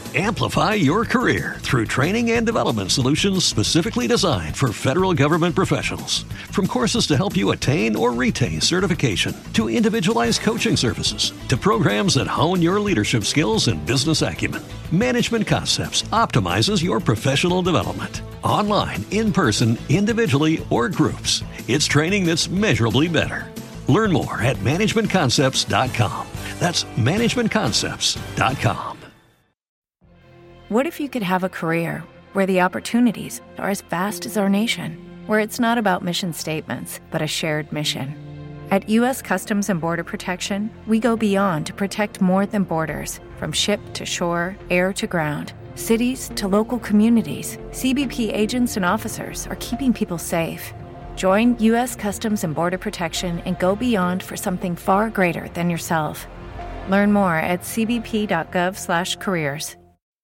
Amplify your career through training and development solutions specifically designed for federal government professionals. From courses to help you attain or retain certification, to individualized coaching services, to programs that hone your leadership skills and business acumen, Management Concepts optimizes your professional development. Online, in person, individually, or groups, it's training that's measurably better. Learn more at managementconcepts.com. That's managementconcepts.com. What if you could have a career where the opportunities are as vast as our nation, where it's not about mission statements, but a shared mission? At U.S. Customs and Border Protection, we go beyond to protect more than borders. From ship to shore, air to ground, cities to local communities, CBP agents and officers are keeping people safe. Join U.S. Customs and Border Protection and go beyond for something far greater than yourself. Learn more at cbp.gov/careers.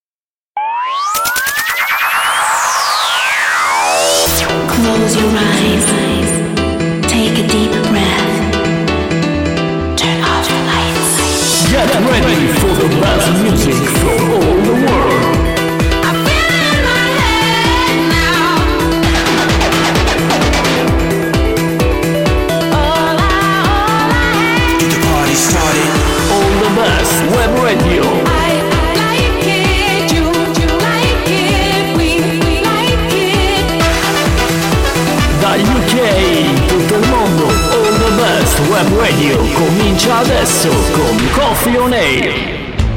Close your eyes. Take a deep breath. Turn off the lights. Get ready for the best music from all the world. I feel it in my head now. All I Get the party started. All the best web radio. like it, you like it, we like it. Da UK, tutto il mondo, all the best web radio comincia adesso con Coffee on Air.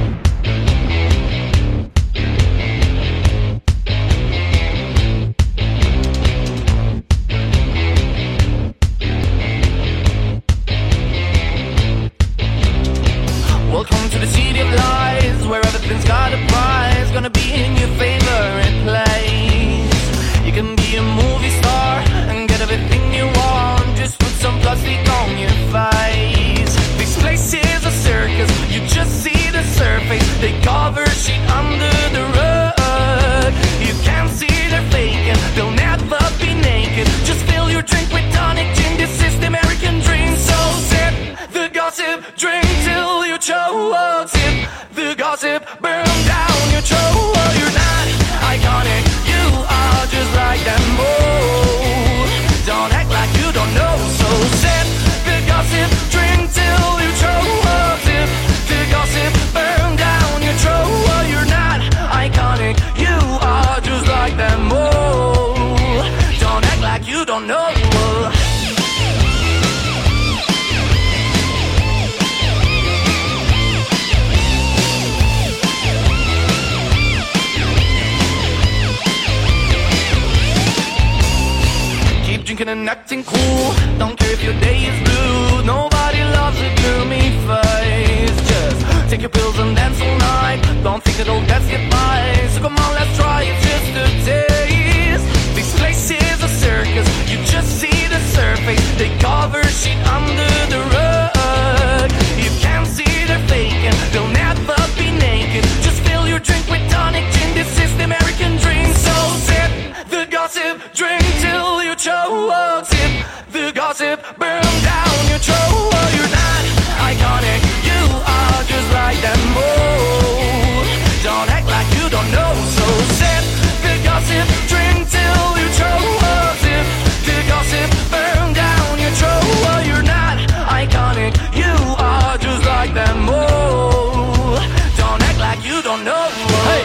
Welcome to the city of lies, where everything's got a prize. Gonna be in your favorite place. You can be a movie star and get everything you want. Just put some plastic on your face. This place is a circus, you just see the surface. They cover shit under the rug. You can't see they're faking, they'll never be naked. Just fill your drink with tonic gin, this is the American dream. So sip the gossip, drink till you choke. Sip the gossip, burn down your throat. You're not iconic, you are just like them. Oh, don't act like you don't know. So sip the gossip, drink till you choke. Sip the gossip, burn down your throat. You're not iconic, you are just like them. Oh, don't act like you don't know. Keep drinking and acting cool. Don't care if your day is blue. Nobody loves a gloomy face. Just take your pills and dance all night. Don't think it'll get by. So come on, let's try it just a taste. This place is a circus. You just see the surface. They cover shit under the rug. You can't see they're faking. They'll never be naked. Just fill your drink with tonic gin. This is the American dream. So sip the gossip, drink till you choke. Sip the gossip, burn down your throat. You're not iconic, you are just like them. Oh, don't act like you don't know. So sip the gossip, drink till you choke. Sip the gossip, burn down your throat. You're not iconic, you are just like them. Oh, don't act like you don't know. Hey.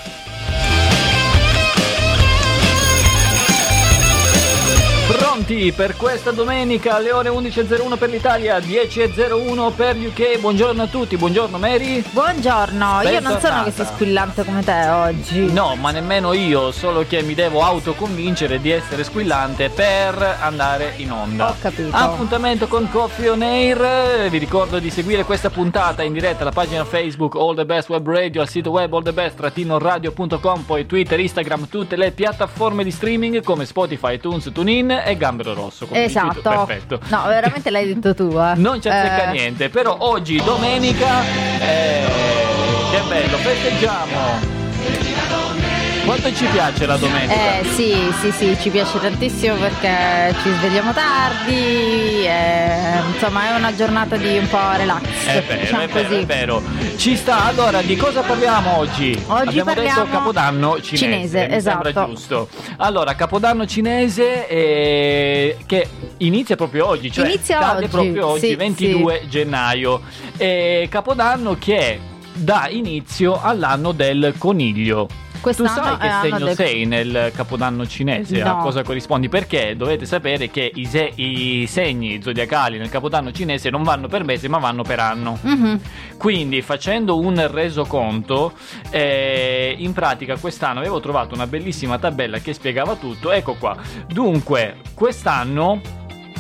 Pronti per questa domenica alle ore 11.01 per l'Italia, 10.01 per UK. Buongiorno a tutti, buongiorno Mary. Buongiorno, io non sono Bentornata. così squillante come te oggi. No, ma nemmeno io, solo che mi devo autoconvincere di essere squillante per andare in onda. Ho capito. Appuntamento con Coffee on Air. Vi ricordo di seguire questa puntata in diretta alla pagina Facebook All the Best Web Radio, al sito web allthebest-radio.com, poi Twitter, Instagram, tutte le piattaforme di streaming come Spotify, iTunes, TuneIn e Gambero Rosso. Come dici tu. Esatto. Perfetto. No, veramente l'hai detto tu, eh. Non ci azzecca niente, però oggi domenica che bello, festeggiamo. Quanto ci piace la domenica? Sì, ci piace tantissimo perché ci svegliamo tardi, insomma è una giornata di un po' relax. È vero, diciamo è vero, così. è vero. Ci sta. Allora, di cosa parliamo oggi? Oggi Abbiamo parliamo detto Capodanno cinese, mi esatto. sembra giusto. Allora, Capodanno cinese che inizia proprio oggi, cioè Inizia cade oggi, proprio oggi, sì, 22 gennaio. Capodanno che dà inizio all'anno del coniglio. Quest'anno Tu sai è che anno segno del- sei nel Capodanno cinese? A No. cosa corrispondi? Perché dovete sapere che i segni zodiacali nel Capodanno cinese non vanno per mese ma vanno per anno. Mhm. Quindi facendo un resoconto, in pratica quest'anno avevo trovato una bellissima tabella che spiegava tutto. Ecco qua. Dunque, quest'anno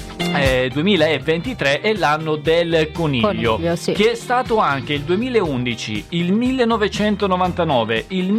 2023 è l'anno del coniglio, Sì. che è stato anche il 2011, il 1999, il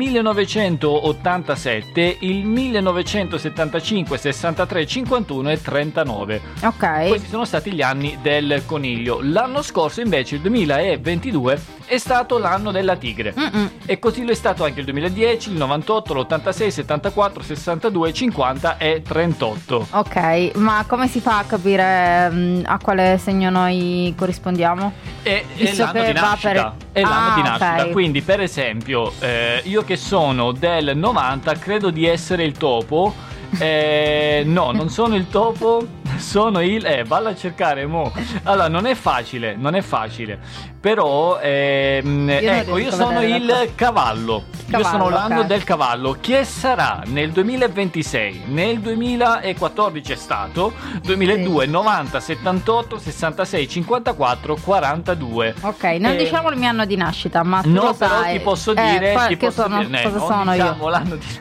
1987, il 1975, 63, 51 e 39. Ok. Questi sono stati gli anni del coniglio. L'anno scorso invece, il 2022, è stato l'anno della tigre. Mm-mm. E così lo è stato anche il 2010, il 98, l'86, 74, 62, 50 e 38. Ok, ma come si fa a capire a quale segno noi corrispondiamo? È Visto l'anno che di va nascita. per- È l'anno di nascita. ok. Quindi, per esempio, io che sono del 90, credo di essere il topo. No, non sono il topo, sono il. Valla a cercare, mo. Allora, non è facile. Però, ecco, io riesco a sono vedere il la cosa. cavallo. Io Cavallo, sono l'anno ok. del cavallo, che sarà nel 2026, nel 2014 è stato, 2002, 90, 78, 66, 54, 42. Ok, non diciamo il mio anno di nascita, ma tu No, lo però sai. ti posso dire, che cosa cosa non sono diciamo io? l'anno di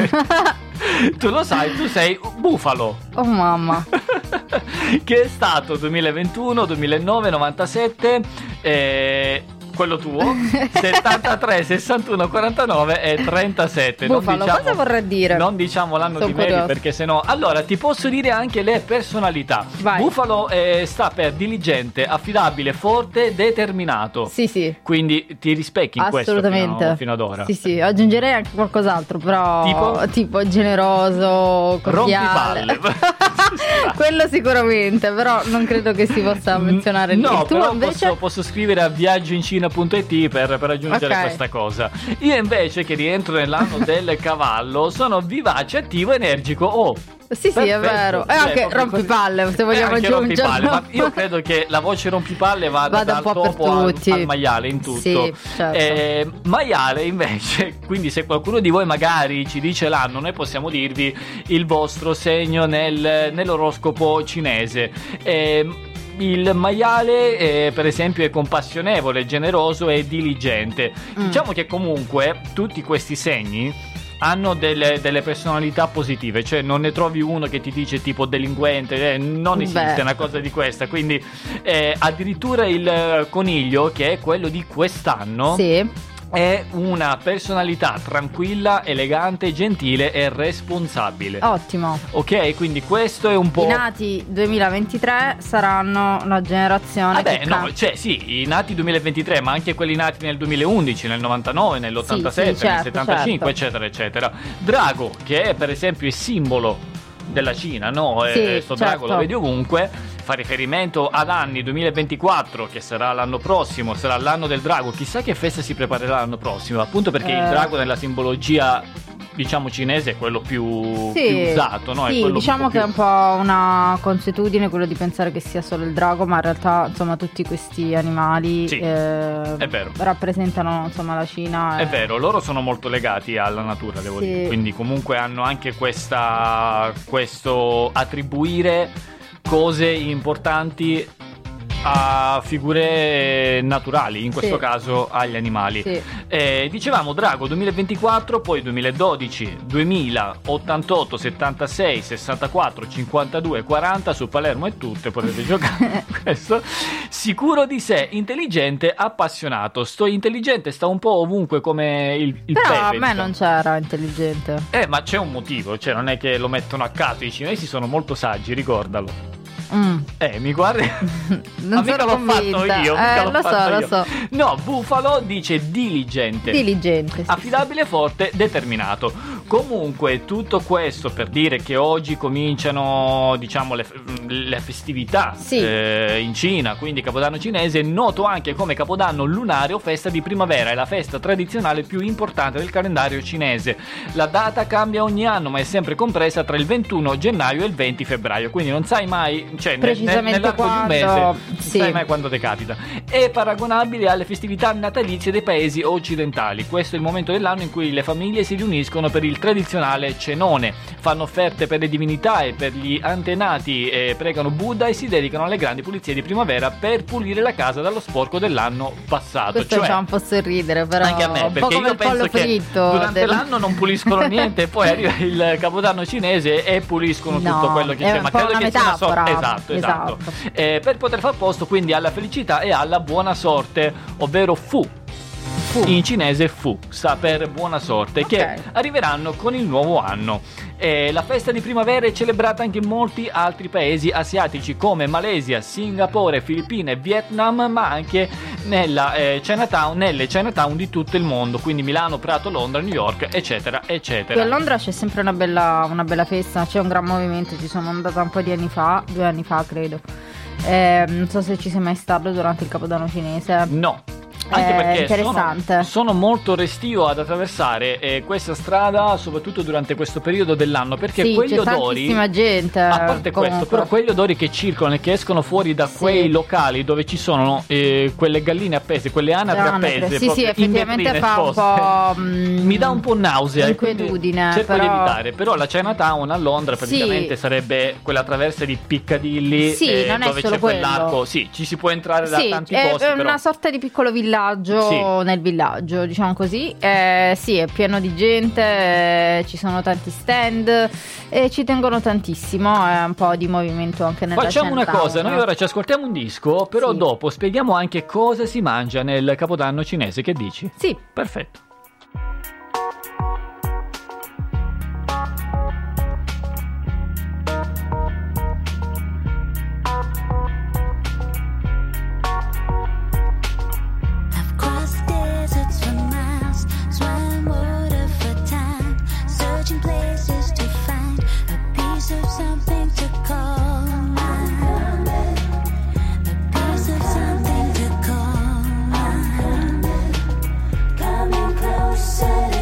tu lo sai, tu sei bufalo. Oh mamma. Che è stato 2021, 2009, 97, quello tuo, 73, 61, 49 e 37. Bufalo, cosa vorrà dire? Non diciamo l'anno Sono di Mary curiosa. perché sennò. Allora, ti posso dire anche le personalità. Vai. Bufalo sta per diligente, affidabile, forte, determinato. Sì, Quindi ti rispecchi in questo assolutamente. fino ad ora. Sì, aggiungerei anche qualcos'altro, però Tipo? generoso, cordiale. Rompipalle. Quello sicuramente, però non credo che si possa menzionare lì. No, Tu però invece posso scrivere a viaggioincina.it per aggiungere Ok. questa cosa. Io invece, che rientro nell'anno del cavallo, sono vivace, attivo, energico. Oh, Sì, è perfetto. vero. E Cioè, anche proprio rompipalle, così. se vogliamo Anche aggiungere. rompipalle, ma io credo che la voce rompipalle vada Vada dal un po' per topo tutti. al maiale in tutto. Sì, certo. Maiale invece, quindi se qualcuno di voi magari ci dice l'anno, noi possiamo dirvi il vostro segno nell'oroscopo cinese. Il maiale, per esempio, è compassionevole, generoso e diligente. Diciamo che comunque tutti questi segni hanno delle personalità positive, cioè non ne trovi uno che ti dice tipo delinquente, non esiste Beh. una cosa di questa. Quindi addirittura il coniglio, che è quello di quest'anno, Sì. è una personalità tranquilla, elegante, gentile e responsabile. Ottimo. Ok, quindi questo è un po'. I nati 2023 saranno la generazione Vabbè, che no, cioè sì, i nati 2023, ma anche quelli nati nel 2011, nel 99, nell'87, Sì, nel certo, 75, certo. eccetera, eccetera. Drago, che è per esempio il simbolo della Cina, no? Sì, Sto certo. drago lo vedi ovunque. Fa riferimento ad anni 2024, che sarà l'anno prossimo, sarà l'anno del drago. Chissà che festa si preparerà l'anno prossimo, appunto perché il drago nella simbologia, diciamo, cinese è quello più usato, no? È Sì, quello diciamo un po' che è più- un po' una consuetudine quello di pensare che sia solo il drago, ma in realtà insomma tutti questi animali Sì, è vero. rappresentano insomma la Cina. È vero, loro sono molto legati alla natura, devo Sì. dire. Quindi comunque hanno anche questo attribuire cose importanti a figure naturali, in questo Sì. caso agli animali. Sì. Dicevamo Drago 2024, poi 2012, 2000, 88, 76, 64, 52, 40, su Palermo e tutte potete giocare. Questo. Sicuro di sé, intelligente, appassionato. Sto intelligente sta un po' ovunque come il Però pepe, a me diciamo. non c'era intelligente. Ma c'è un motivo, cioè non è che lo mettono a caso, i cinesi sono molto saggi, ricordalo. Mi guardi? Non mica sono l'ho fatto convinta. io, mica l'ho Lo fatto io. so. No, bufalo dice diligente. Diligente. Sì. Affidabile, forte, determinato. Comunque tutto questo per dire che oggi cominciano, diciamo, le festività in Cina, quindi Capodanno cinese, noto anche come Capodanno lunare o festa di primavera, è la festa tradizionale più importante del calendario cinese. La data cambia ogni anno, ma è sempre compresa tra il 21 gennaio e il 20 febbraio, quindi non sai mai, cioè precisamente nell'arco di un mese quando, non sai mai quando te capita. È paragonabile alle festività natalizie dei paesi occidentali. Questo è il momento dell'anno in cui le famiglie si riuniscono per il tradizionale cenone, fanno offerte per le divinità e per gli antenati, pregano Buddha e si dedicano alle grandi pulizie di primavera per pulire la casa dallo sporco dell'anno passato. Questo cioè, fa un po' sorridere, però anche a me, un po' perché come io il pollo penso che fritto durante l'anno non puliscono niente e poi arriva il Capodanno cinese e puliscono No, tutto quello che è c'è. un Ma po' credo una che sia una sorta, metafora. esatto. Per poter far posto quindi alla felicità e alla buona sorte, ovvero Fu. In cinese Fu sta per buona sorte, che arriveranno con il nuovo anno. La festa di primavera è celebrata anche in molti altri paesi asiatici come Malesia, Singapore, Filippine, Vietnam, ma anche nelle Chinatown di tutto il mondo, quindi Milano, Prato, Londra, New York, eccetera, eccetera. Qui a Londra c'è sempre una bella festa, c'è un gran movimento, ci sono andata un po' di anni fa, 2 anni fa credo. Non so se ci sei mai stato durante il Capodanno cinese. No. Anche perché interessante. sono molto restio ad attraversare questa strada, soprattutto durante questo periodo dell'anno, perché quegli c'è odori, tantissima gente, a parte comunque. questo, però quegli odori che circolano e che escono fuori da quei locali dove ci sono quelle galline appese, quelle anatre appese, sì, effettivamente fa un po' mi dà un po' nausea, inquietudine, cerco però di evitare. Però la Chinatown a Londra praticamente sarebbe quella traversa di Piccadilly, non è dove solo c'è quell'arco, ci si può entrare da tanti posti, è però una sorta di piccolo villaggio nel villaggio, diciamo così. Sì, è pieno di gente, ci sono tanti stand e ci tengono tantissimo, è un po' di movimento anche nella Facciamo una Chinatown. cosa, noi ora ci ascoltiamo un disco, però dopo spieghiamo anche cosa si mangia nel Capodanno cinese, che dici? Sì. Perfetto. Coming closer.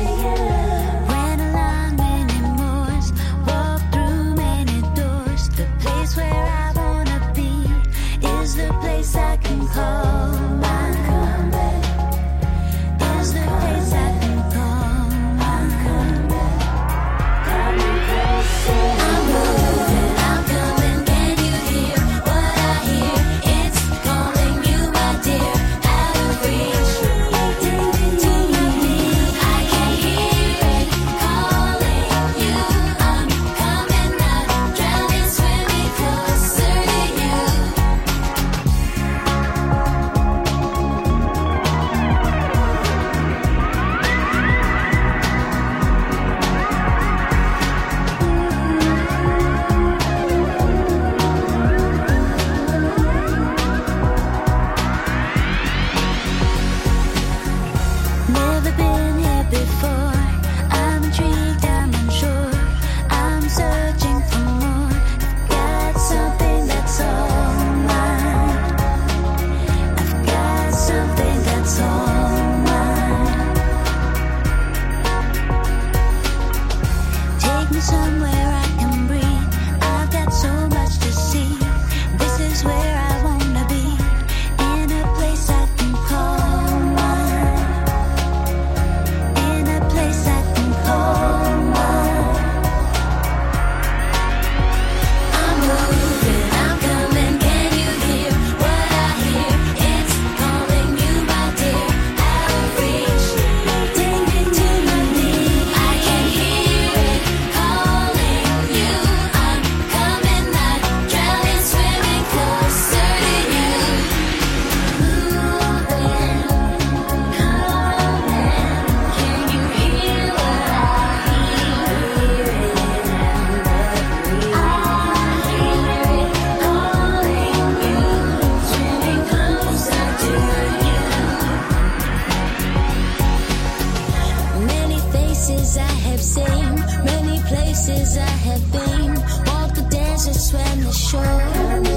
faces I have seen, many places I have been. Walked the desert, swam the shore.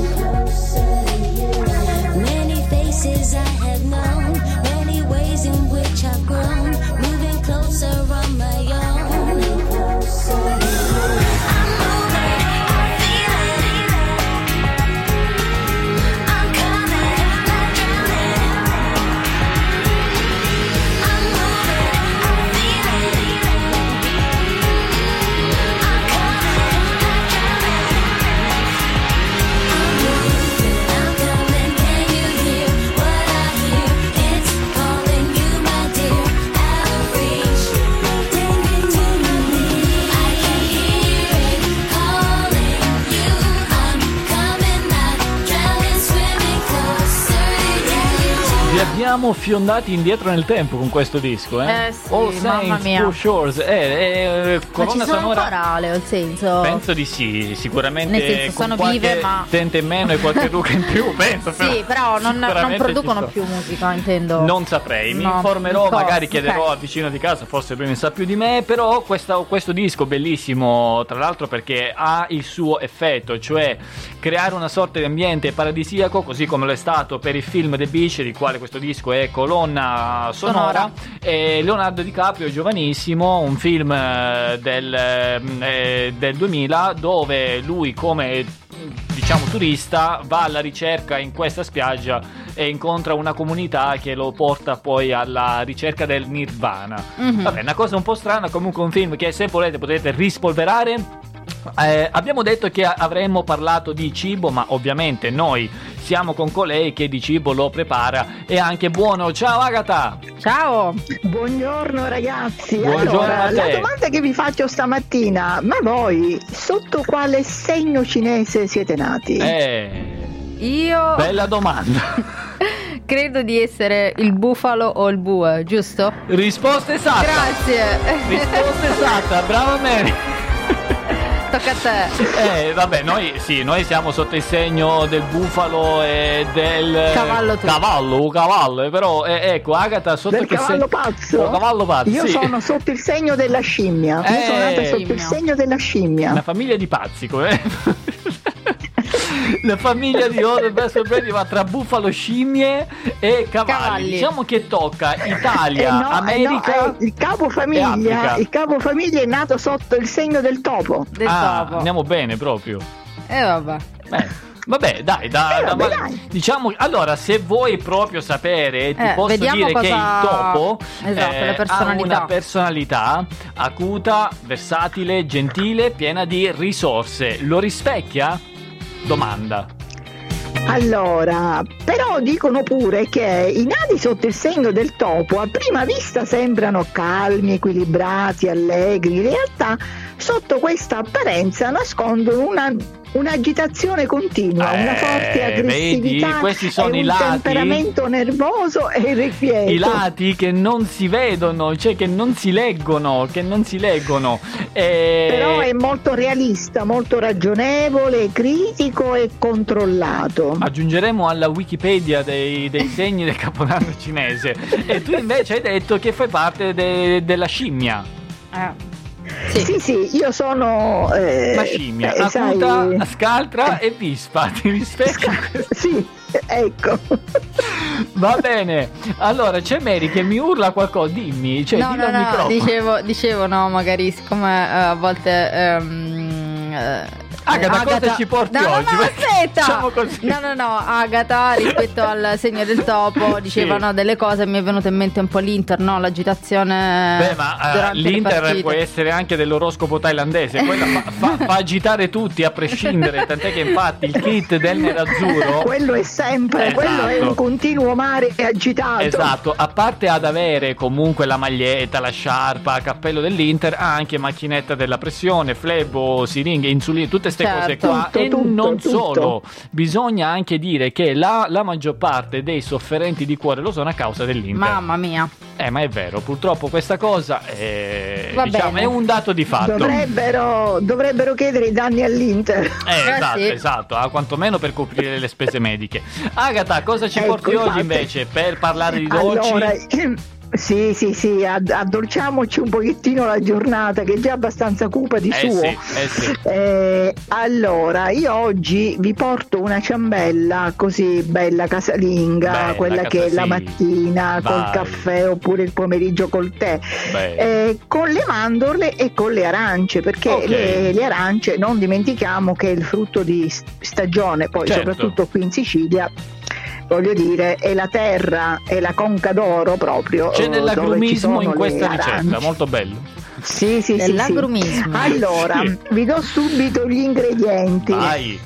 Many faces I have known, many ways in which I've grown. Moving closer on my own. Vi abbiamo fiondati indietro nel tempo con questo disco, eh? Sì, All mamma Saints, mia. Two Shores, Ma colonna ci sono sonora. ancora Leo senso? Penso di sì, sicuramente. Nel senso, con sono qualche vive, ma- tente in meno e qualche ruga in più, penso. Sì, però non sicuramente producono ci sono. più musica, intendo. Non saprei, mi No, informerò, cosa? magari chiederò Ok. al vicino di casa, forse lui ne sa più di me, però questo disco bellissimo, tra l'altro perché ha il suo effetto, cioè creare una sorta di ambiente paradisiaco, così come lo è stato per il film The Beach, di quale questo disco è colonna sonora. E Leonardo DiCaprio, giovanissimo, un film del 2000, dove lui come, diciamo, turista va alla ricerca in questa spiaggia e incontra una comunità che lo porta poi alla ricerca del nirvana. Vabbè, una cosa un po' strana, comunque un film che se volete potete rispolverare. Abbiamo detto che avremmo parlato di cibo, ma ovviamente noi siamo con colei che di cibo lo prepara e anche buono. Ciao Agata! Ciao! Buongiorno ragazzi. Buongiorno allora, a te. la domanda che vi faccio stamattina, ma voi sotto quale segno cinese siete nati? Io Bella domanda. credo di essere il bufalo o il bue, giusto? Risposta esatta. Grazie. Risposta esatta, brava Mary. Tocca a te. Vabbè, noi siamo sotto il segno del bufalo e del Cavallo tu. cavallo, però ecco, Agata sotto Del che cavallo pazzo? Oh, cavallo pazzo, Io sì. sono sotto il segno della scimmia. Io sono nata sotto il Scimmia. segno della scimmia. Una famiglia di pazzi, come la famiglia di All the Best Radio va tra bufalo, scimmie e cavalli. Diciamo che tocca Italia, America, il e Africa. capofamiglia è nato sotto il segno del topo. Del topo. Andiamo bene proprio. Vabbè. Vabbè, dai, dai. diciamo, allora, se vuoi proprio sapere, ti posso vediamo dire che il cosa- topo Esatto, le ha personalità. una personalità acuta, versatile, gentile, piena di risorse. Lo rispecchia? Domanda. Allora, però dicono pure che i nati sotto il segno del topo a prima vista sembrano calmi, equilibrati, allegri. In realtà sotto questa apparenza nascondono un'agitazione continua, una forte aggressività, vedi, questi sono e i un lati, temperamento e irrequieto. i lati che non si vedono, cioè che non si leggono. Però è molto realista, molto ragionevole, critico e controllato. Aggiungeremo alla Wikipedia dei segni del capodanno cinese. E tu invece hai detto che fai parte della scimmia. Sì, io sono La scimmia, acuta, scaltra e vispa. Ti rispecchia? Sì, ecco. Va bene. Allora c'è Mary che mi urla qualcosa. Dimmi, dillo al microfono. Dicevo no, magari siccome a volte Agata, cosa ci porti oggi? No, aspetta. Facciamo così. No, Agata rispetto al segno del topo dicevano delle cose, mi è venuto in mente un po' l'Inter, no? L'agitazione. Beh, ma durante le l'Inter partite. può essere anche dell'oroscopo thailandese. Quella fa agitare tutti a prescindere. Tant'è che infatti il kit del nerazzurro, Quello è sempre, quello è un continuo mare agitato. esatto, a parte ad avere comunque la maglietta, la sciarpa, cappello dell'Inter, ha anche macchinetta della pressione, flebo, siringhe, insulina, tutte queste cose qua. Tutto, E tutto, non tutto. solo, bisogna anche dire che la maggior parte dei sofferenti di cuore lo sono a causa dell'Inter. Mamma mia. Ma è vero, purtroppo questa cosa Va diciamo, bene. è un dato di fatto. Dovrebbero chiedere i danni all'Inter. Esatto, quantomeno per coprire le spese mediche. Agata, cosa ci Ecco, porti oggi infatti. invece per parlare di dolci? Allora, Sì, addolciamoci un pochettino la giornata che è già abbastanza cupa di suo. Sì. Allora, io oggi vi porto una ciambella così bella casalinga, quella che la mattina col caffè oppure il pomeriggio col tè, con le mandorle e con le arance, perché le arance non dimentichiamo che è il frutto di stagione, poi soprattutto qui in Sicilia. Voglio dire, è la terra, è la conca d'oro proprio. C'è dell'agrumismo in questa ricetta, molto bello. Sì. Dell'agrumismo. Allora, vi do subito gli ingredienti. Vai.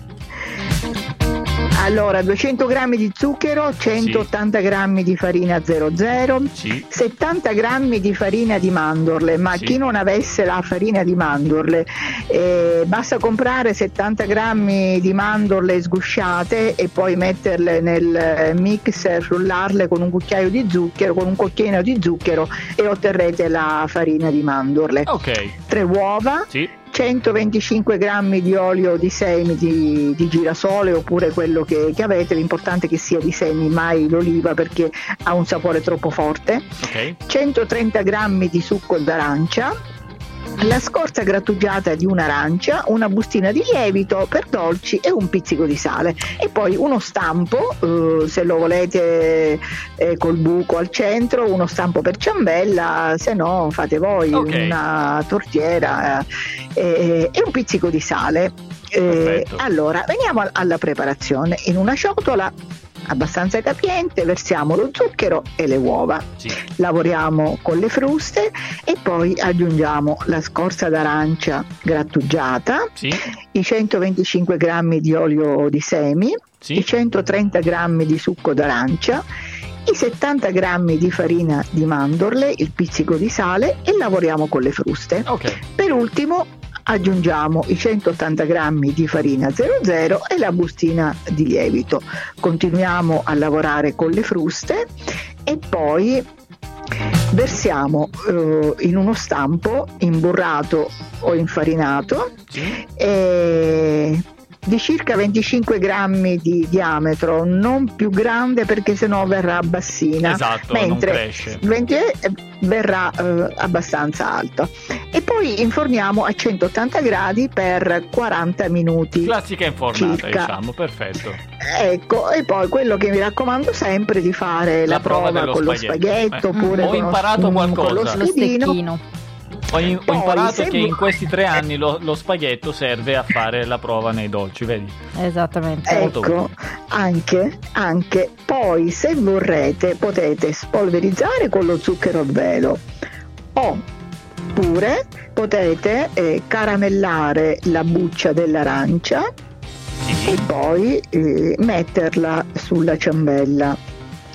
Allora, 200 grammi di zucchero, 180 grammi di farina 00, 70 grammi di farina di mandorle, ma chi non avesse la farina di mandorle, basta comprare 70 grammi di mandorle sgusciate e poi metterle nel mixer, frullarle con un cucchiaio di zucchero, con un cucchiaino di zucchero e otterrete la farina di mandorle. 3 uova. 125 grammi di olio di semi di girasole oppure quello che avete, l'importante è che sia di semi, mai l'oliva perché ha un sapore troppo forte. 130 grammi di succo d'arancia, la scorza grattugiata di un'arancia, una bustina di lievito per dolci e un pizzico di sale, e poi uno stampo, se lo volete col buco al centro, uno stampo per ciambella, se no fate voi una tortiera e un pizzico di sale. Allora, veniamo alla preparazione. In una ciotola abbastanza capiente versiamo lo zucchero e le uova, lavoriamo con le fruste e poi aggiungiamo la scorza d'arancia grattugiata, i 125 grammi di olio di semi, i 130 grammi di succo d'arancia, i 70 grammi di farina di mandorle, il pizzico di sale e lavoriamo con le fruste. Per ultimo aggiungiamo i 180 grammi di farina 00 e la bustina di lievito. Continuiamo a lavorare con le fruste e poi versiamo in uno stampo imburrato o infarinato di circa 25 grammi di diametro, non più grande perché sennò verrà bassina, mentre verrà abbastanza alto, e poi inforniamo a 180 gradi per 40 minuti. Classica infornata, circa. diciamo, perfetto. Ecco, e poi quello che mi raccomando sempre di fare la prova con lo spaghetto oppure ho imparato qualcosa. Con lo schedino. Ho imparato che in questi 3 anni lo spaghetto serve a fare la prova nei dolci, vedi? Esattamente. Ecco, anche poi se vorrete potete spolverizzare con lo zucchero a velo oppure potete caramellare la buccia dell'arancia e poi metterla sulla ciambella.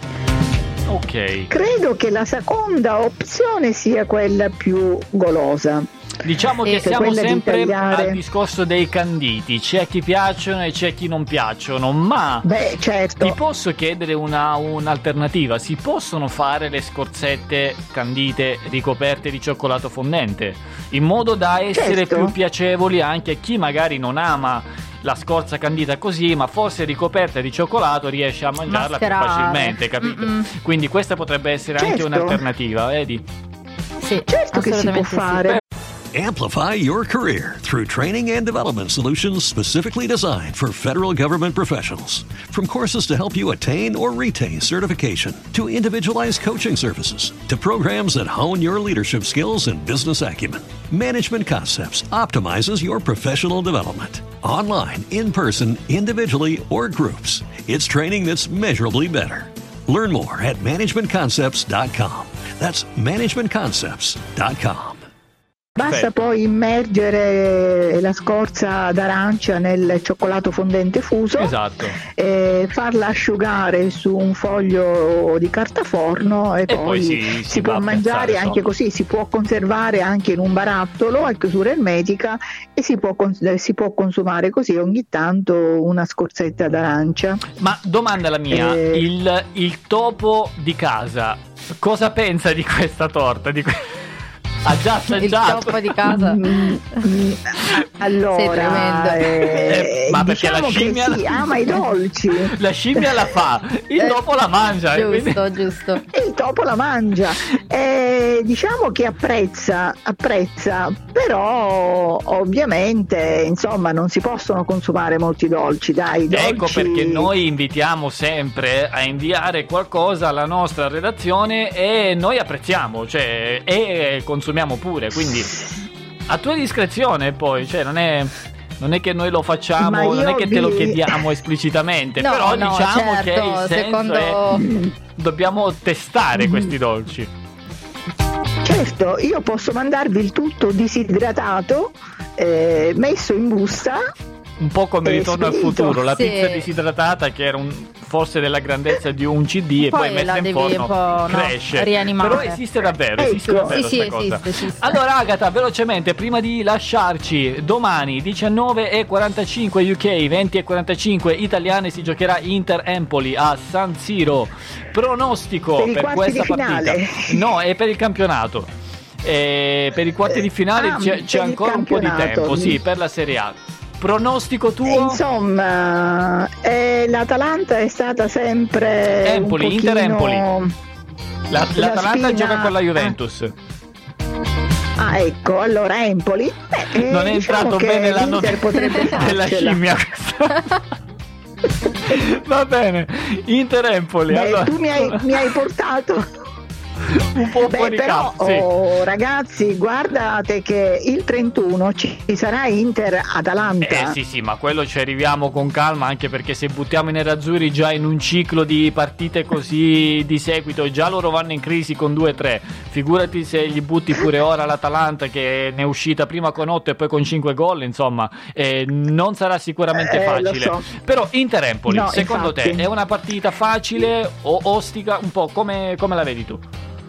Credo che la seconda opzione sia quella più golosa. Diciamo che siamo sempre al discorso dei canditi, c'è a chi piacciono e c'è a chi non piacciono, ma ti posso chiedere un'alternativa? Si possono fare le scorzette candite ricoperte di cioccolato fondente in modo da essere più piacevoli anche a chi magari non ama la scorza candita così, ma forse ricoperta di cioccolato riesce a mangiarla più facilmente, capito? Quindi questa potrebbe essere anche un'alternativa, vedi? Sì, certo che si può fare. Amplify your career through training and development solutions specifically designed for federal government professionals. From courses to help you attain or retain certification, to individualized coaching services, to programs that hone your leadership skills and business acumen, Management Concepts optimizes your professional development. Online, in person, individually, or groups, it's training that's measurably better. Learn more at managementconcepts.com. That's managementconcepts.com. Basta poi immergere la scorza d'arancia nel cioccolato fondente fuso, farla asciugare su un foglio di carta forno e poi si può mangiare anche così, si può conservare anche in un barattolo a chiusura ermetica e si può consumare così ogni tanto una scorzetta d'arancia. Ma domanda la mia, il topo di casa cosa pensa di questa torta? ha già assaggiato. Il topo di casa. Allora, sei tremendo. Ma perché diciamo la scimmia che sì, ama i dolci. La scimmia la fa, il topo la mangia. Giusto. Il topo la mangia. Diciamo che apprezza, però ovviamente insomma non si possono consumare molti dolci, dai. Ecco perché noi invitiamo sempre a inviare qualcosa alla nostra redazione e noi apprezziamo, cioè, e consumiamo pure, quindi a tua discrezione poi, cioè non è che noi lo facciamo, non è che te lo chiediamo esplicitamente, no, però no, diciamo certo, che il senso è dobbiamo testare questi dolci. Certo, io posso mandarvi il tutto disidratato, messo in busta. Un po' come Ritorno al futuro, la Sì. pizza disidratata che era forse della grandezza di un CD e poi messa in forno cresce. Rianimare. Però esiste davvero, esiste Ecco. davvero Sì, questa cosa. esiste. Allora Agata, velocemente, prima di lasciarci, domani 19:45 UK, 20:45 italiane, si giocherà Inter-Empoli a San Siro. Pronostico Per i per quarti questa di partita? finale. No, è per il campionato. Per i quarti di finale c'è per il ancora un po' di campionato. tempo, sì, per la Serie A. Pronostico tuo? Insomma, l'Atalanta è stata sempre Empoli, un pochino... Inter-Empoli. L'Atalanta spina- gioca con la Juventus. Ah, ecco, allora Empoli. Non è diciamo entrato che bene l'anno l'Inter potrebbe della farcela. scimmia questa. Va bene, Inter-Empoli. Beh, Allora, tu mi hai portato un po' fuori però campo, sì. ragazzi, guardate che il 31 ci sarà Inter-Atalanta. Sì, ma quello ci arriviamo con calma, anche perché se buttiamo i nerazzurri già in un ciclo di partite così di seguito e già loro vanno in crisi con 2-3, figurati se gli butti pure ora l'Atalanta che ne è uscita prima con 8 e poi con 5 gol, insomma, non sarà sicuramente facile. Lo so. Però Inter-Empoli, No, secondo infatti. te è una partita facile o ostica? Un po' come la vedi tu?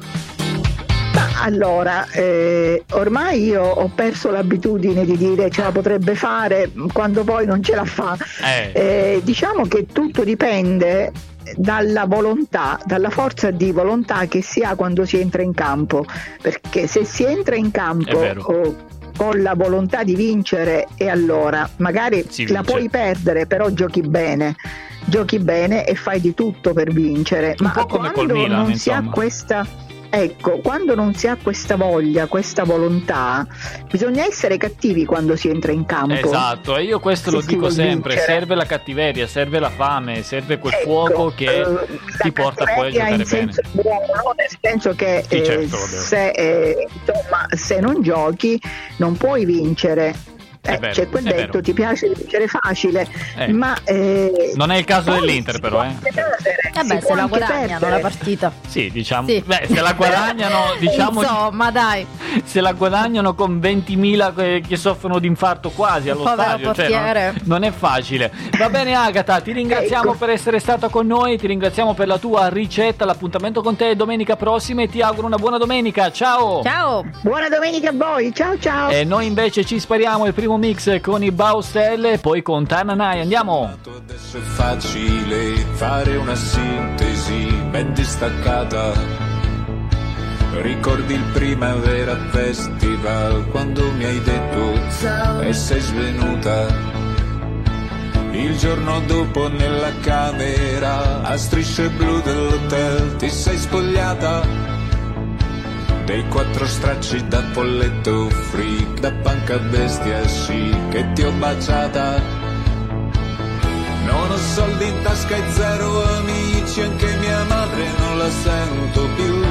Allora, ormai io ho perso l'abitudine di dire ce la potrebbe fare quando poi non ce la fa. Diciamo che tutto dipende dalla volontà, dalla forza di volontà che si ha quando si entra in campo, perché se si entra in campo con la volontà di vincere, e allora magari la puoi perdere, però giochi bene e fai di tutto per vincere. Un ma po' come quando col Milan, non si ha insomma. quando non si ha questa voglia, questa volontà, bisogna essere cattivi quando si entra in campo. Esatto, e io questo Se lo si dico vuol sempre, vincere. serve la cattiveria, serve la fame, serve quel fuoco che ti porta poi a giocare in bene. senso buono, nel senso che Sì, certo, vabbè. se non giochi non puoi vincere. vero, C'è quel è detto, vero. ti piace vincere facile, ma non è il caso poi dell'Inter si però, può anche perdere, Vabbè, si se può la anche guadagnano perdere. la partita. Sì, diciamo, Sì. beh, se la guadagnano, diciamo, Insomma, dai. se la guadagnano con 20.000 che soffrono di infarto quasi allo Povero stadio, cioè portiere. non è facile. Va bene Agata, ti ringraziamo Ecco. per essere stata con noi, ti ringraziamo per la tua ricetta, l'appuntamento con te è domenica prossima e ti auguro una buona domenica, ciao! Ciao. Buona domenica a voi, ciao. E noi invece ci spariamo il primo mix con i Baustelle e poi con Tananai, andiamo! Adesso è facile fare una sintesi ben distaccata. Ricordi il Primavera Festival quando mi hai detto e sei svenuta. Il giorno dopo nella camera a strisce blu dell'hotel ti sei spogliata. Dei 4 stracci da folletto freak, da panca bestia sì che ti ho baciata. Non ho soldi in tasca e 0 amici, anche mia madre non la sento più.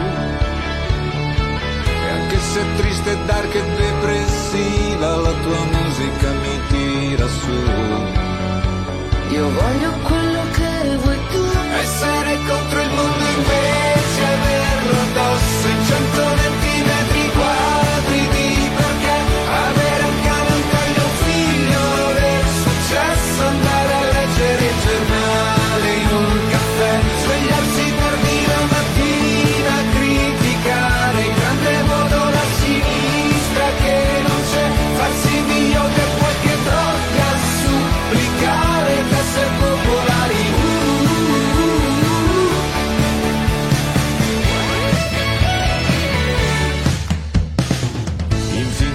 E anche se è triste, dark e depressiva, la tua musica mi tira su. Io voglio quello che vuoi tu. Essere contro il mondo invece averlo addosso in 120 metri quadri di perché avere un cane, un taglio, un figlio, aver successo, andare a leggere il giornale in un caffè, svegliarsi tardi la mattina, criticare in grande modo la sinistra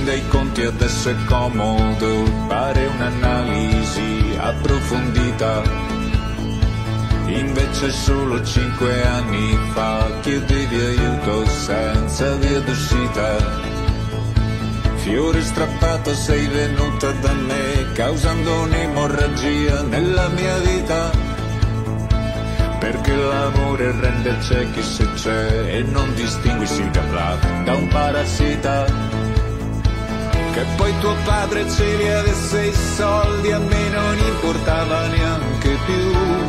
fin dei conti adesso è comodo, pare un'analisi approfondita. Invece solo 5 anni fa chiedevi aiuto senza via d'uscita. Fiore strappato sei venuta da me, causando un'emorragia nella mia vita. Perché l'amore rende ciechi se c'è e non distingui Silvia da un parassita. Che poi tuo padre ce li avesse i soldi, a me non importava neanche più.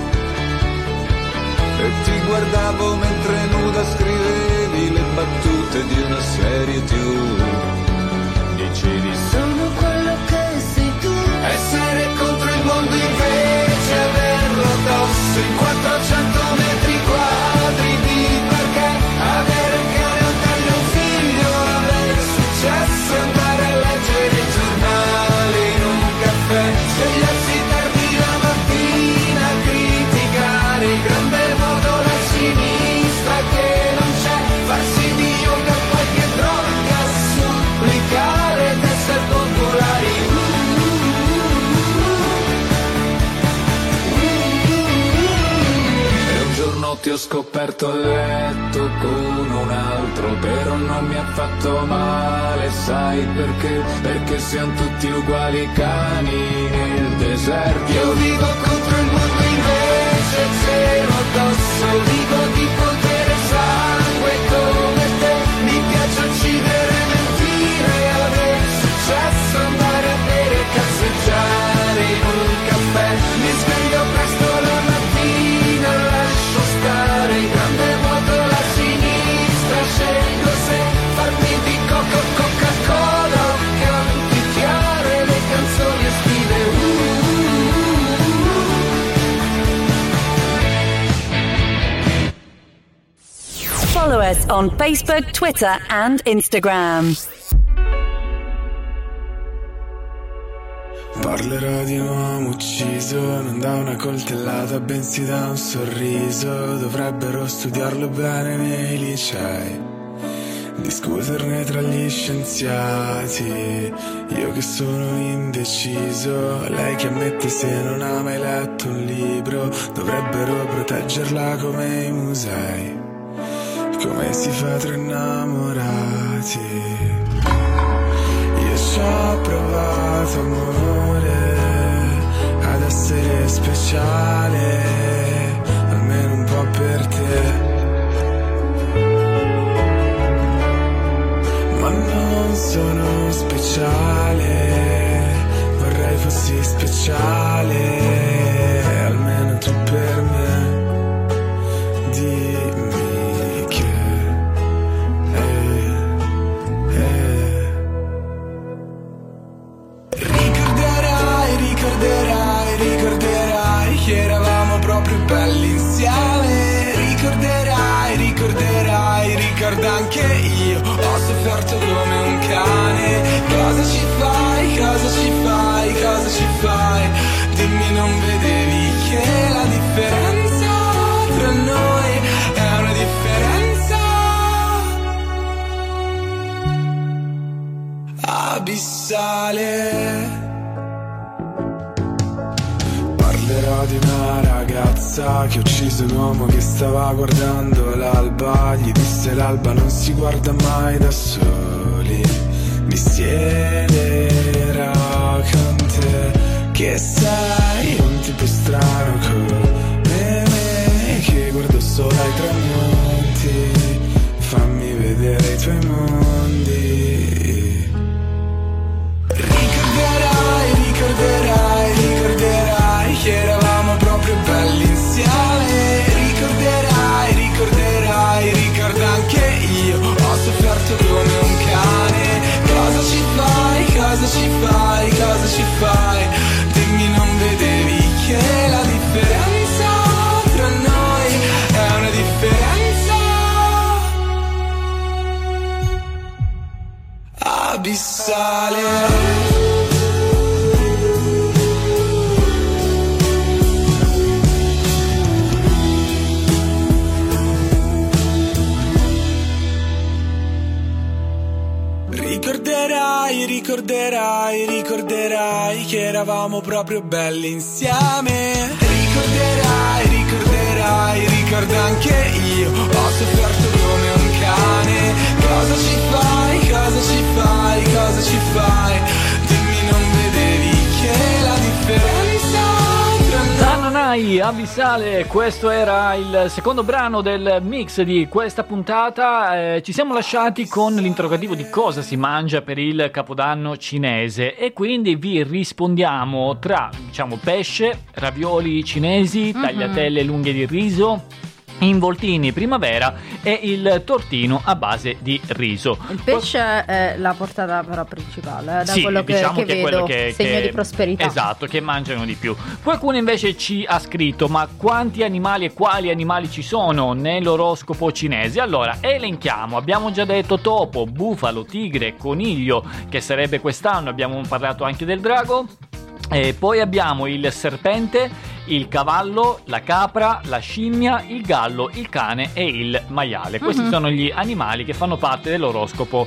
E ti guardavo mentre nuda scrivevi le battute di una serie TV. Dicevi sono quello che sei tu. Essere contro il mondo invece averlo addosso in 400 metri quadri di parquet. Avere un cane o dargli un figlio, avere successo, andare a leggere il giornale in un caffè. Svegliarsi tardi la mattina, criticare il grande modo la sinistra che non c'è. Farsi di yoga qualche droga, supplicare ed essere popolari. Ti ho scoperto a letto con un altro, però non mi ha fatto male, sai perché? Perché siamo tutti uguali cani nel deserto. Io vivo contro il mondo invece zero addosso, vivo di potere sangue come te. Mi piace uccidere, mentire, avere successo, andare a bere e cazzeggiare in un caffè. Mi sveglio presto la mattina, lascio stare il grande vuoto, la sinistra, scelgo se farmi di Coca-Cola o canticchiare le canzoni estive. Follow us on Facebook, Twitter and Instagram. Parlerò di un uomo ucciso, non da una coltellata bensì da un sorriso. Dovrebbero studiarlo bene nei licei, discuterne tra gli scienziati. Io che sono indeciso, lei che ammette se non ha mai letto un libro. Dovrebbero proteggerla come i musei, come si fa tra innamorati. Io ci ho provato amore, ad essere speciale, almeno un po' per te. Ma non sono speciale, vorrei fossi speciale, almeno tu per me. Dimmi che ricorderai che eravamo proprio belli insieme. Ricorderai, ricorda anche io, ho sofferto come un cane. Cosa ci fai? Dimmi, non vedevi che la differenza tra noi è una differenza abissale. Parlerò di una ragazza che ha ucciso un uomo che stava guardando l'alba. Gli disse l'alba non si guarda mai da soli. Mi siederò con te, che sei un tipo strano come me, che guardo solo ai tramonti. Fammi vedere i tuoi mondi. Ricorderai che eravamo proprio belli insieme. Ricorderai, ricorda anche io, ho sofferto come un cane. Cosa ci fai? Dimmi, non vedevi che la differenza tra noi è una differenza abissale. ricorderai che eravamo proprio belli insieme. Ricorda anche io, ho sofferto come un cane. Cosa ci fai? Dimmi, non vedevi che la differenza tra Tananai, Abissale, questo era il secondo brano del mix di questa puntata. Ci siamo lasciati con l'interrogativo di cosa si mangia per il Capodanno cinese e quindi vi rispondiamo tra, diciamo, pesce, ravioli cinesi, tagliatelle lunghe di riso, involtini primavera e il tortino a base di riso. Il pesce è la portata però principale, da sì, quello diciamo che vedo, vedo, segno di prosperità. Esatto, che mangiano di più. Qualcuno invece ci ha scritto: ma quanti animali e quali animali ci sono nell'oroscopo cinese? Allora, elenchiamo. Abbiamo già detto topo, bufalo, tigre, coniglio, che sarebbe quest'anno. Abbiamo parlato anche del drago. E poi abbiamo il serpente, il cavallo, la capra, la scimmia, il gallo, il cane e il maiale. Questi sono gli animali che fanno parte dell'oroscopo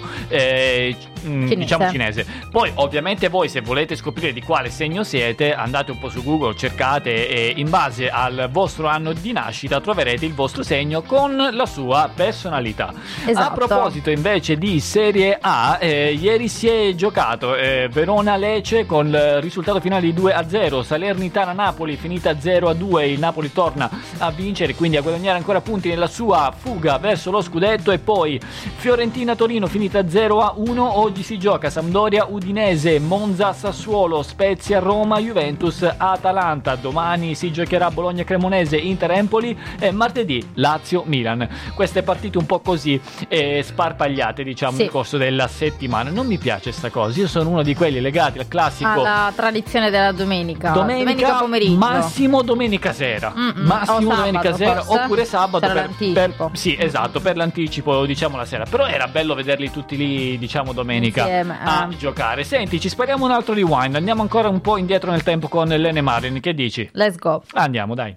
diciamo cinese. Poi ovviamente voi, se volete scoprire di quale segno siete, andate un po' su Google, cercate e in base al vostro anno di nascita troverete il vostro segno con la sua personalità. Esatto. A proposito invece di Serie A, ieri si è giocato Verona-Lecce con il risultato finale di 2-0, Salernitana-Napoli finita 0-2, il Napoli torna a vincere, quindi a guadagnare ancora punti nella sua fuga verso lo scudetto. E poi Fiorentina-Torino finita 0-1, oggi si gioca Sampdoria-Udinese, Monza-Sassuolo, Spezia-Roma, Juventus-Atalanta, domani si giocherà Bologna-Cremonese, Inter-Empoli e martedì Lazio-Milan. Queste partite un po' così sparpagliate, diciamo, nel corso della settimana. Non mi piace sta cosa, io sono uno di quelli legati al classico alla tradizione della domenica pomeriggio, massimo domenica sera, massimo domenica sera oppure sabato sì, esatto, per l'anticipo, diciamo, la sera. Però era bello vederli tutti lì, diciamo, domenica insieme, a giocare. Senti, ci spariamo un altro rewind, andiamo ancora un po' indietro nel tempo con Lene Marlin, che dici? Let's go. Andiamo, dai.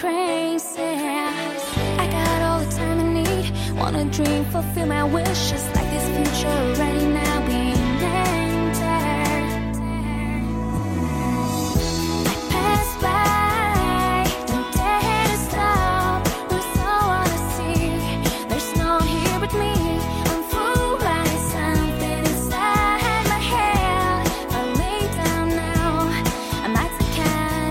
crazy. I got all the time I need. Wanna dream, fulfill my wishes. Like this future already now being entered. I pass by, don't dare to stop. There's no one to see. There's no one here but me. I'm fooled by something inside my head. I lay down now, I might take a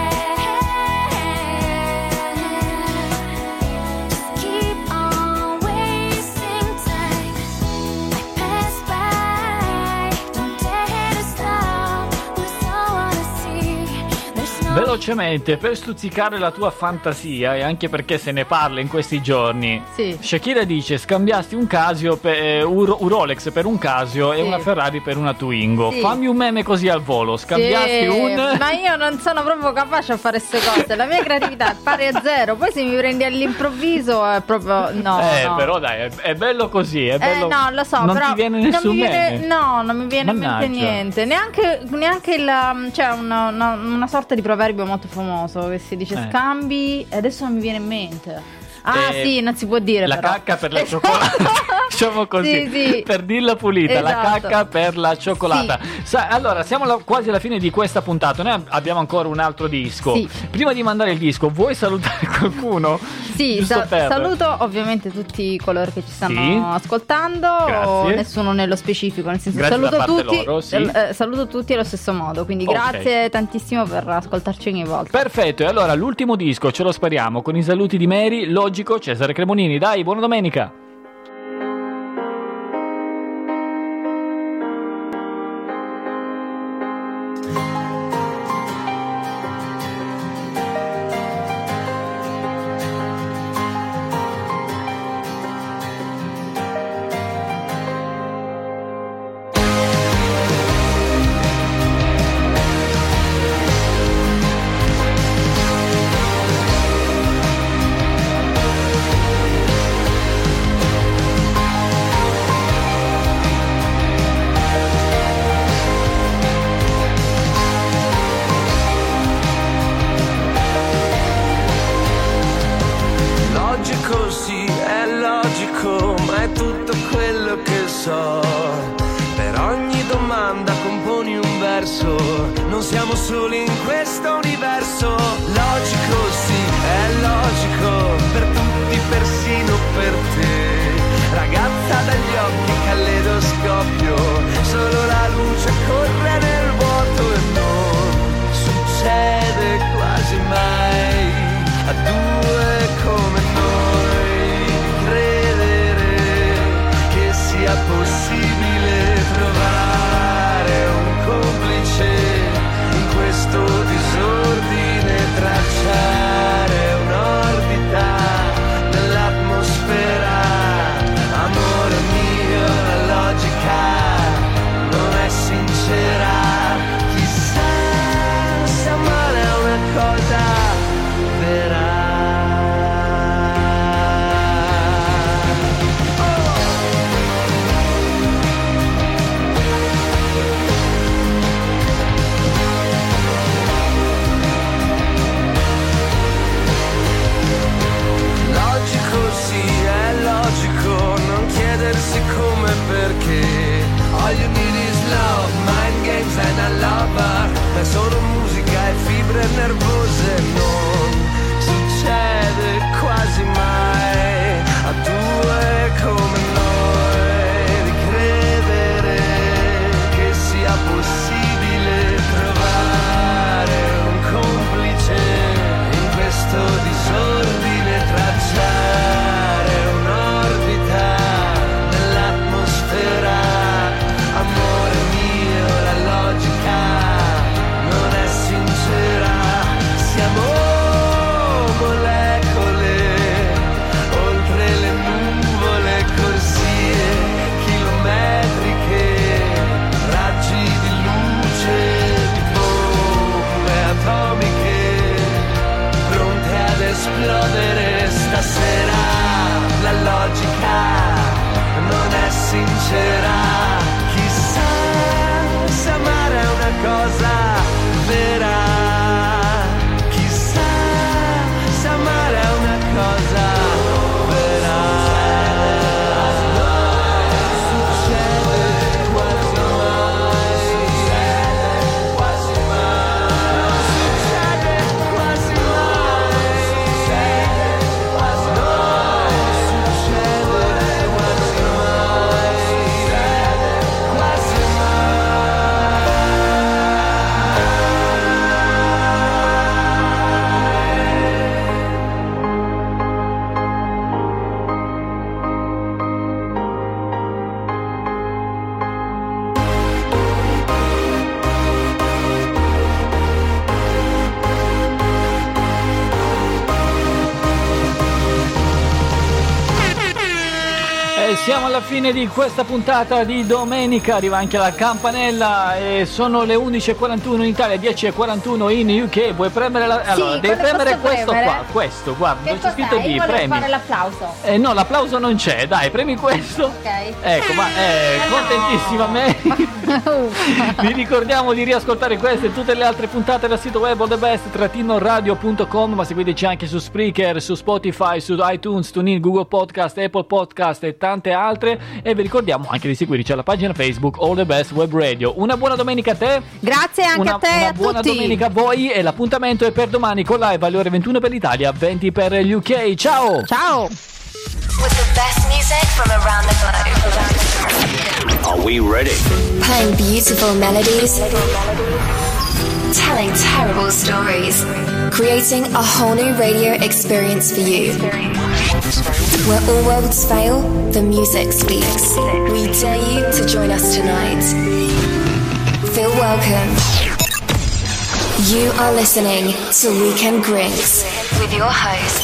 just keep on wasting time. I pass by, don't dare to stop. There's no one to see. There's no Velocemente, per stuzzicare la tua fantasia, e anche perché se ne parla in questi giorni, Sì. Shakira dice: scambiasti un Casio un Rolex per un Casio e Sì. una Ferrari per una Twingo. Sì. Fammi un meme così al volo. Scambiasti un... Ma io non sono proprio capace a fare queste cose. La mia creatività è pari a zero. Poi se mi prendi all'improvviso è proprio no. Però dai, è bello così, è bello. No, lo so, non però ti viene nessun meme? No, non mi viene in mente Mannaggia. niente. Neanche c'è una sorta di proverbio molto famoso che si dice scambi e adesso non mi viene in mente. Sì, non si può dire la però. cacca per la cioccolata. Diciamo così, Sì. per dirla pulita, la Esatto. cacca per la cioccolata. Allora, siamo quasi alla fine di questa puntata. Noi abbiamo ancora un altro disco. Sì. Prima di mandare il disco, vuoi salutare qualcuno? Sì, Giusto per- saluto ovviamente tutti coloro che ci stanno Sì. ascoltando, Grazie. nessuno nello specifico, nel senso Grazie da saluto parte tutti, loro, sì. saluto tutti allo stesso modo, quindi Ok. grazie tantissimo per ascoltarci ogni volta. Perfetto, e allora l'ultimo disco ce lo spariamo con i saluti di Mary, Logico, Cesare Cremonini. Dai, buona domenica! Logico sì, è logico, ma è tutto quello che so. Per ogni domanda componi un verso, non siamo soli in questo universo. Logico sì, è logico, per tutti, persino per te. Ragazza dagli occhi, caleidoscopio, solo la luce corre nel vuoto e non succede quasi mai a due come noi credere che sia possibile trovare un complice in questo disordine siamo alla fine di questa puntata di domenica, arriva anche la campanella e sono le 11.41 in Italia, 10.41 in UK. Puoi premere allora, devi premere questo qua, questo, guarda, dove c'è scritto D, premi. Fare l'applauso. No, l'applauso non c'è, dai, premi questo. Ok. Ecco, ma contentissima me. Vi ricordiamo di riascoltare queste e tutte le altre puntate dal sito web allthebest-radio.com, ma seguiteci anche su Spreaker, su Spotify, su iTunes, TuneIn, Google Podcast, Apple Podcast e tante altre. E vi ricordiamo anche di seguirci alla pagina Facebook All The Best Web Radio. Una buona domenica a te. Grazie anche a te e a buona tutti. domenica a voi, e l'appuntamento è per domani con live alle ore 21 per l'Italia, 20 per gli UK. Ciao. Ciao. With the best music from around the globe. Are we ready? Playing beautiful melodies. Telling terrible stories. Creating a whole new radio experience for you. Where all worlds fail, the music speaks. We dare you to join us tonight. Feel welcome. You are listening to Weekend Grinks with your host.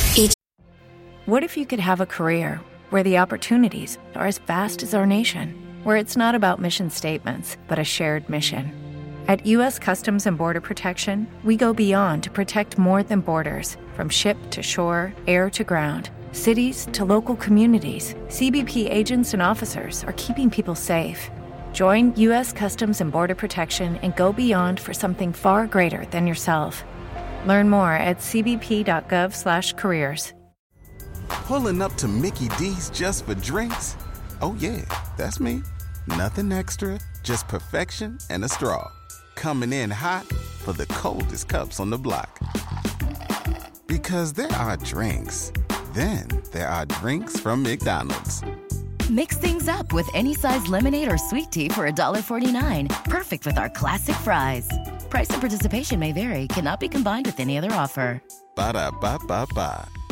What if you could have a career where the opportunities are as vast as our nation, where it's not about mission statements, but a shared mission? At U.S. Customs and Border Protection, we go beyond to protect more than borders. From ship to shore, air to ground, cities to local communities, CBP agents and officers are keeping people safe. Join U.S. Customs and Border Protection and go beyond for something far greater than yourself. Learn more at cbp.gov/careers. Pulling up to Mickey D's just for drinks? Oh yeah, that's me. Nothing extra, just perfection and a straw. Coming in hot for the coldest cups on the block. Because there are drinks. Then there are drinks from McDonald's. Mix things up with any size lemonade or sweet tea for $1.49. Perfect with our classic fries. Price and participation may vary. Cannot be combined with any other offer. Ba-da-ba-ba-ba.